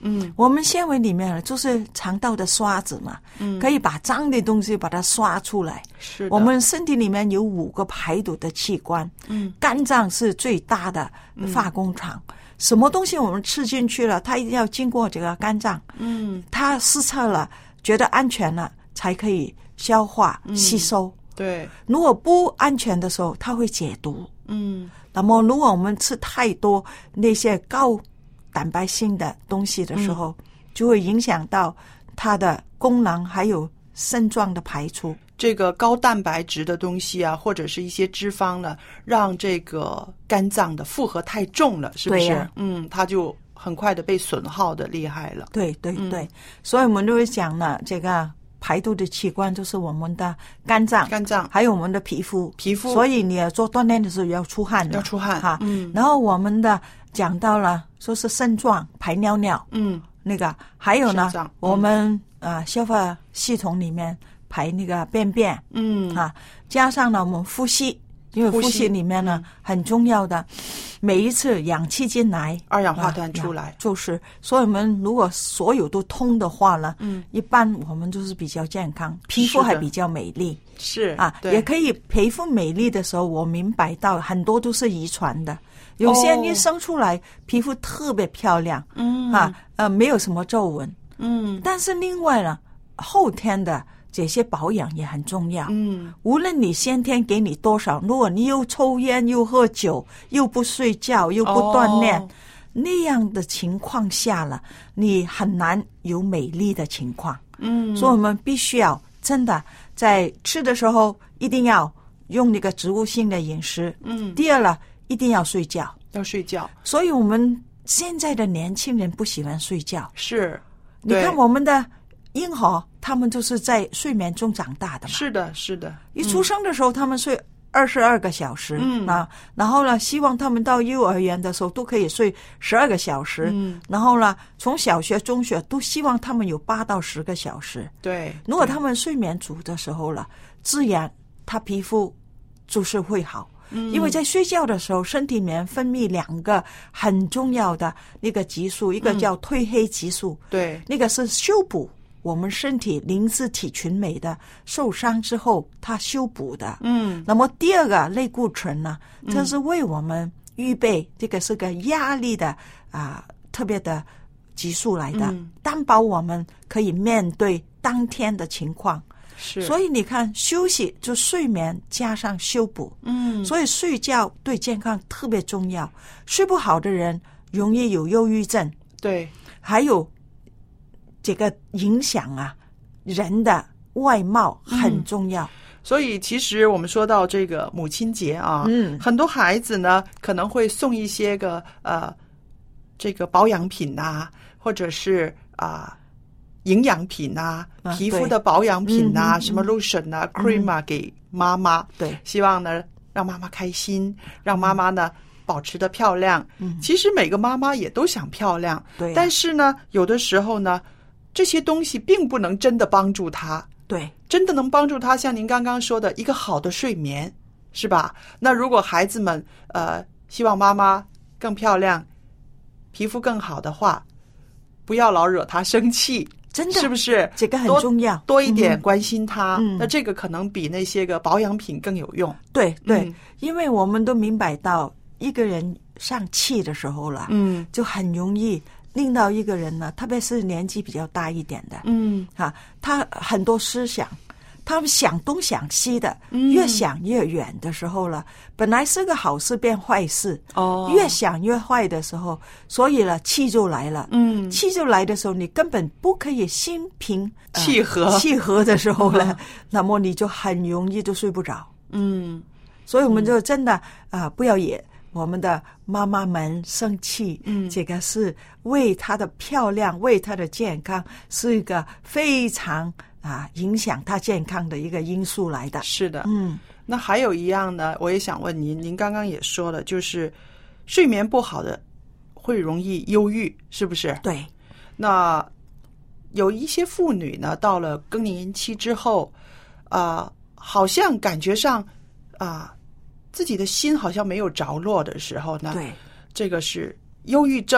嗯，我们纤维里面就是肠道的刷子嘛，嗯，可以把脏的东西把它刷出来。 是的， 我们身体里面有五个排毒的器官，嗯，肝脏是最大的化工厂。嗯，什么东西我们吃进去了，它一定要经过这个肝脏，嗯，它试测了，觉得安全了，才可以消化、嗯、吸收。 对， 如果不安全的时候，它会解毒。嗯，那么如果我们吃太多那些高蛋白性的东西的时候，嗯、就会影响到它的功能，还有肾脏的排出。 这个高蛋白质的东西啊，或者是一些脂肪呢，让这个肝脏的负荷太重了，是不是？ 啊、 嗯，它就很快的被损耗的厉害了。 对对对、嗯，所以我们就会讲了，这个排毒的器官就是我们的肝脏， 肝脏还有我们的皮肤， 皮肤。 所以你要做锻炼的时候要出汗的， 要出汗哈。嗯，然后我们的讲到了说是肾脏排尿尿，嗯，那个还有呢，嗯、我们啊、呃、消化系统里面。排那个便便，嗯啊，加上呢我们呼吸，因为呼吸里面呢、嗯、很重要的，每一次氧气进来， 二氧化碳出来， 啊、就是，所以我们如果所有都通的话呢，嗯，一般我们就是比较健康，皮肤还比较美丽， 是啊，也可以皮肤美丽的时候，我明白到很多都是遗传的，有些人一生出来、哦、皮肤特别漂亮，嗯啊呃没有什么皱纹，嗯，但是另外呢后天的。这些保养也很重要。嗯，无论你先天给你多少，如果你又抽烟又喝酒又不睡觉又不锻炼、哦，那样的情况下了，你很难有美丽的情况。嗯，所以我们必须要真的在吃的时候一定要用那个植物性的饮食。嗯，第二了，一定要睡觉， 要睡觉。 所以我们现在的年轻人不喜欢睡觉。 是， 你看我们的婴儿。他们就是在睡眠中长大的嘛。 是的，是的。 一出生的时候，嗯、他们睡二十二个小时，嗯啊，然后呢，希望他们到幼儿园的时候都可以睡十二个小时，嗯，然后呢，从小学、中学都希望他们有八到十个小时。 对， 如果他们睡眠足的时候了，自然他皮肤就是会好。嗯，因为在睡觉的时候，身体里面分泌两个很重要的那个激素，一个叫褪黑激素， 对， 那个是修补。我们身体磷脂体群酶的受伤之后，它修补的。嗯，那么第二个类固醇呢，这是为我们预备，嗯、这个是个压力的啊、呃、特别的激素来的，嗯、担保我们可以面对当天的情况。 是， 所以你看，休息就睡眠加上修补。嗯，所以睡觉对健康特别重要。睡不好的人容易有忧郁症。 对， 还有。这个影响啊，人的外貌很重要。嗯、 所以其实我们说到这个母亲节啊，嗯，很多孩子呢可能会送一些个呃这个保养品呐、啊，或者是啊、呃、营养品呐、啊、皮肤的保养品呐、啊，嗯、什么 lotion 啊、嗯、cream 啊、嗯、给妈妈， 对， 希望呢让妈妈开心，让妈妈呢。保持的漂亮。嗯，其实每个妈妈也都想漂亮， 对、啊。 但是呢，有的时候呢。这些东西并不能真的帮助他， 对， 真的能帮助他。像您刚刚说的一个好的睡眠，是吧？那如果孩子们呃希望妈妈更漂亮、皮肤更好的话，不要老惹他生气， 真的是不是？ 这个很重要， 多, 多一点关心他、嗯。那这个可能比那些个保养品更有用。 对对、嗯，因为我们都明白到一个人上气的时候了，嗯，就很容易。令到一个人呢，特别是年纪比较大一点的，嗯，哈，他很多思想，他们想东想西的，嗯、越想越远的时候了，本来是个好事变坏事，哦，越想越坏的时候，所以了气就来了，嗯，气就来的时候，你根本不可以心平、 呃、气和气和的时候呢，嗯、那么你就很容易就睡不着，嗯，所以我们就真的啊、呃，不要也。我们的妈妈们生气，嗯，这个是为她的漂亮，为她的健康，是一个非常啊影响她健康的一个因素来的。 是的，嗯，那还有一样呢，我也想问您，您刚刚也说了，就是睡眠不好的会容易忧郁，是不是？ 对。 那有一些妇女呢，到了更年期之后，啊、呃，好像感觉上啊。呃自己的心好像没有着落的时候呢， 对， 这个是忧郁症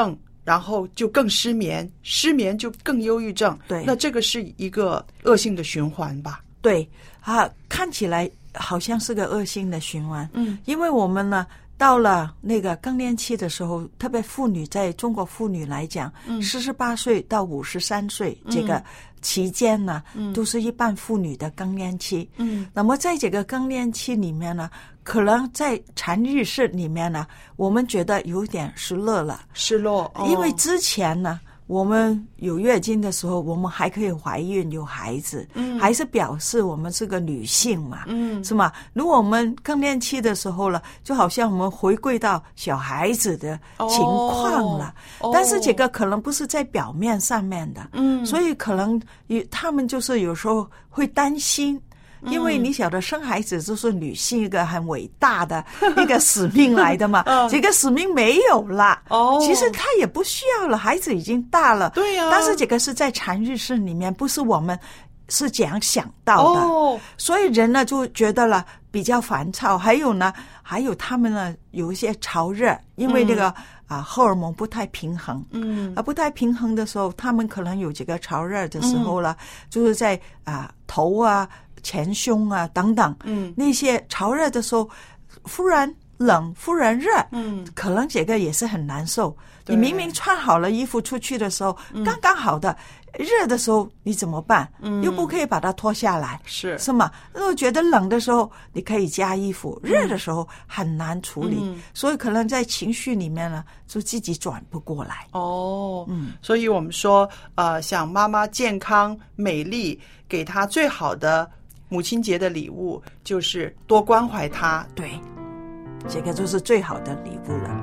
然后就更失眠，失眠就更忧郁症。 对， 那这个是一个恶性的循环吧？ 对啊，看起来好像是个恶性的循环。 嗯， 因为我们呢，到了那个更年期的时候，特别妇女，在中国妇女来讲， 嗯， 四十八岁到五十三岁这个期间呢， 嗯， 都是一般妇女的更年期。 嗯， 那么在这个更年期里面呢，可能在产日式里面呢，我们觉得有点失落了， 失落，哦， 因为之前呢，我们有月经的时候，我们还可以怀孕有孩子， 嗯， 还是表示我们是个女性嘛， 嗯， 是吗？如果我们更年期的时候了，就好像我们回归到小孩子的情况了， 哦， 但是这个可能不是在表面上面的， 嗯， 所以可能他们就是有时候会担心。因为你晓得生孩子就是女性一个很伟大的一个使命来的嘛，嗯，这个使命没有了， 哦， 其实他也不需要了，孩子已经大了， 对呀，啊， 但是这个是在产日式里面，不是我们是这样想到的， 哦， 所以人呢就觉得了比较烦躁，还有呢，还有他们呢有一些潮热，因为这个，嗯，啊荷尔蒙不太平衡， 嗯， 啊不太平衡的时候，他们可能有这个潮热的时候了，嗯，就是在啊头啊。前胸啊等等， 嗯， 那些潮热的时候，忽然冷，忽然热， 嗯， 可能这个也是很难受。你明明穿好了衣服出去的时候， 嗯， 刚刚好的，热的时候你怎么办？ 嗯， 又不可以把它脱下来， 是是吗？那我觉得冷的时候你可以加衣服，嗯，热的时候很难处理，嗯，所以可能在情绪里面呢，就自己转不过来。 哦， 嗯， 所以我们说，呃，想妈妈健康美丽，给她最好的母亲节的礼物就是多关怀她。 对，这个就是最好的礼物了。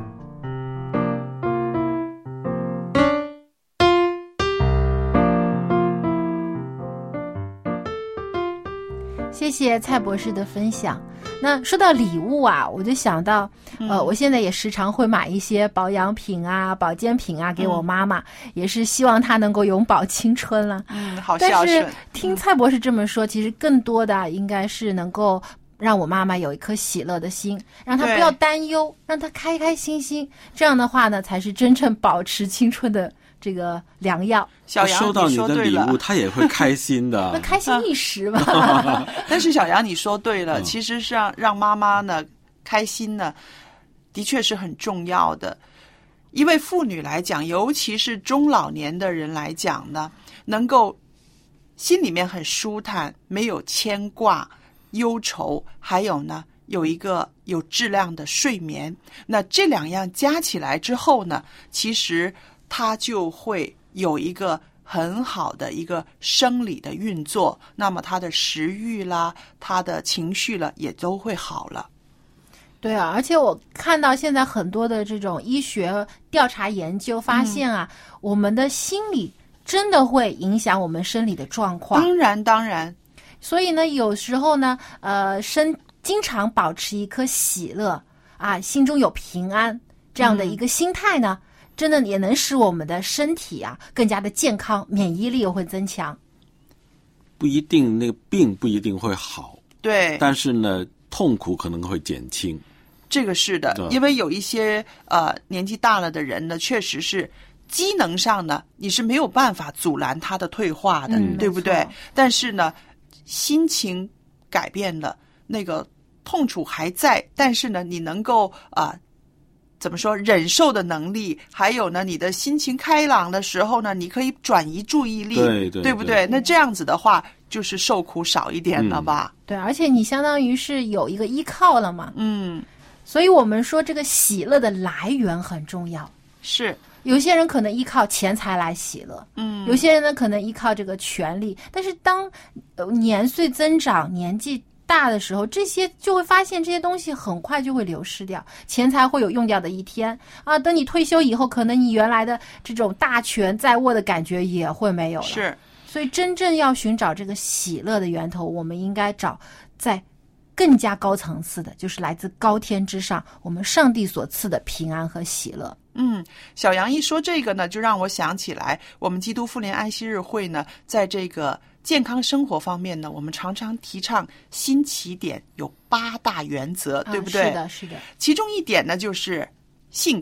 谢谢蔡博士的分享。那说到礼物啊，我就想到，呃，嗯，我现在也时常会买一些保养品啊、保健品啊给我妈妈，嗯，也是希望她能够永葆青春了。 嗯，好孝顺。 但是听蔡博士这么说，嗯，其实更多的应该是能够让我妈妈有一颗喜乐的心，让她不要担忧，让她开开心心。这样的话呢，才是真正保持青春的这个良药。 小杨， 收到你的礼物，他也会开心的。 那开心一时嘛。 但是小杨，你说对了， 嗯， 其实是让让妈妈呢开心呢，的确是很重要的。因为妇女来讲，尤其是中老年的人来讲呢，能够心里面很舒坦，没有牵挂、忧愁，还有呢，有一个有质量的睡眠。那这两样加起来之后呢，其实它就会有一个很好的一个生理的运作，那么他的食欲啦，他的情绪了，也都会好了。 对啊，而且我看到现在很多的这种医学调查研究发现啊，嗯，我们的心理真的会影响我们生理的状况。 当然，当然。 所以呢，有时候呢，呃，生经常保持一颗喜乐啊，心中有平安这样的一个心态呢，嗯，真的也能使我们的身体啊更加的健康，免疫力又会增强。 不一定那个病不一定会好， 对， 但是呢，痛苦可能会减轻。 这个是的，因为有一些呃年纪大了的人呢，确实是机能上呢，你是没有办法阻拦他的退化的， 嗯， 对不对？但是呢，心情改变了，那个痛楚还在，但是呢，你能够啊。呃怎么说忍受的能力，还有呢，你的心情开朗的时候呢，你可以转移注意力， 对对， 对不对？那这样子的话，就是受苦少一点了吧？ 嗯，对，而且你相当于是有一个依靠了嘛。 嗯， 所以我们说这个喜乐的来源很重要。 是， 有些人可能依靠钱财来喜乐， 嗯， 有些人呢可能依靠这个权利，但是当呃年岁增长，年纪大的时候，这些就会发现这些东西很快就会流失掉，钱财会有用掉的一天啊。等你退休以后，可能你原来的这种大权在握的感觉也会没有了。 是， 所以真正要寻找这个喜乐的源头，我们应该找在更加高层次的，就是来自高天之上，我们上帝所赐的平安和喜乐。 嗯，小杨一说这个呢，就让我想起来，我们基督妇联安息日会呢，在这个健康生活方面呢，我们常常提倡新起点有八大原则，对不对？ 啊，是的，是的。 其中一点呢，就是信靠，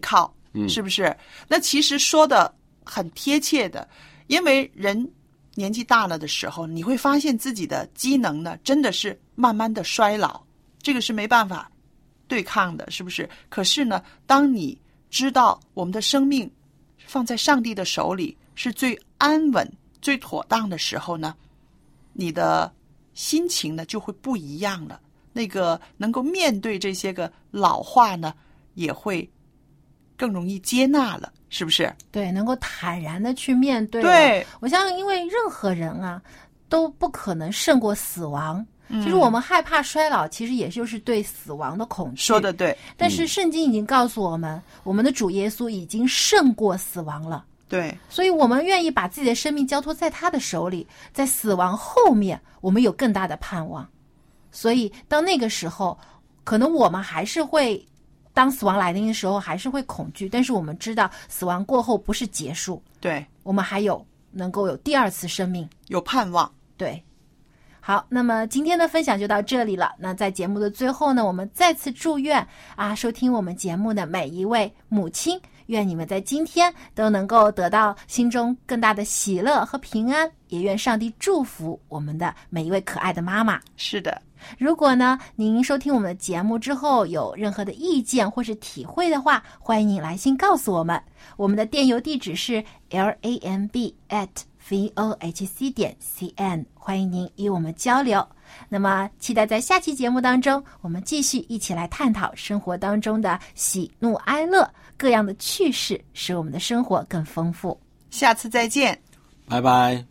嗯， 是不是？那其实说的很贴切的，因为人年纪大了的时候，你会发现自己的机能呢，真的是慢慢的衰老，这个是没办法对抗的，是不是？可是呢，当你知道我们的生命放在上帝的手里是最安稳、最妥当的时候呢，你的心情呢就会不一样了。那个能够面对这些个老化呢，也会更容易接纳了，是不是？ 对，能够坦然的去面对。 对， 我相信，因为任何人啊都不可能胜过死亡。其实我们害怕衰老，其实也就是对死亡的恐惧。 说得对。 但是圣经已经告诉我们，我们的主耶稣已经胜过死亡了。 对。 所以我们愿意把自己的生命交托在他的手里，在死亡后面，我们有更大的盼望。所以到那个时候，可能我们还是会，当死亡来临的时候，还是会恐惧。但是我们知道，死亡过后不是结束。 对。我们还有能够有第二次生命， 有盼望。 对。好，那么今天的分享就到这里了。那在节目的最后呢，我们再次祝愿啊，收听我们节目的每一位母亲，愿你们在今天都能够得到心中更大的喜乐和平安，也愿上帝祝福我们的每一位可爱的妈妈。 是的。 如果呢，您收听我们的节目之后有任何的意见或是体会的话，欢迎您来信告诉我们。我们的电邮地址是 l a m b at v o h c 点 c n， 欢迎您与我们交流。那么期待在下期节目当中，我们继续一起来探讨生活当中的喜怒哀乐，各样的趣事，使我们的生活更丰富。 下次再见， 拜拜。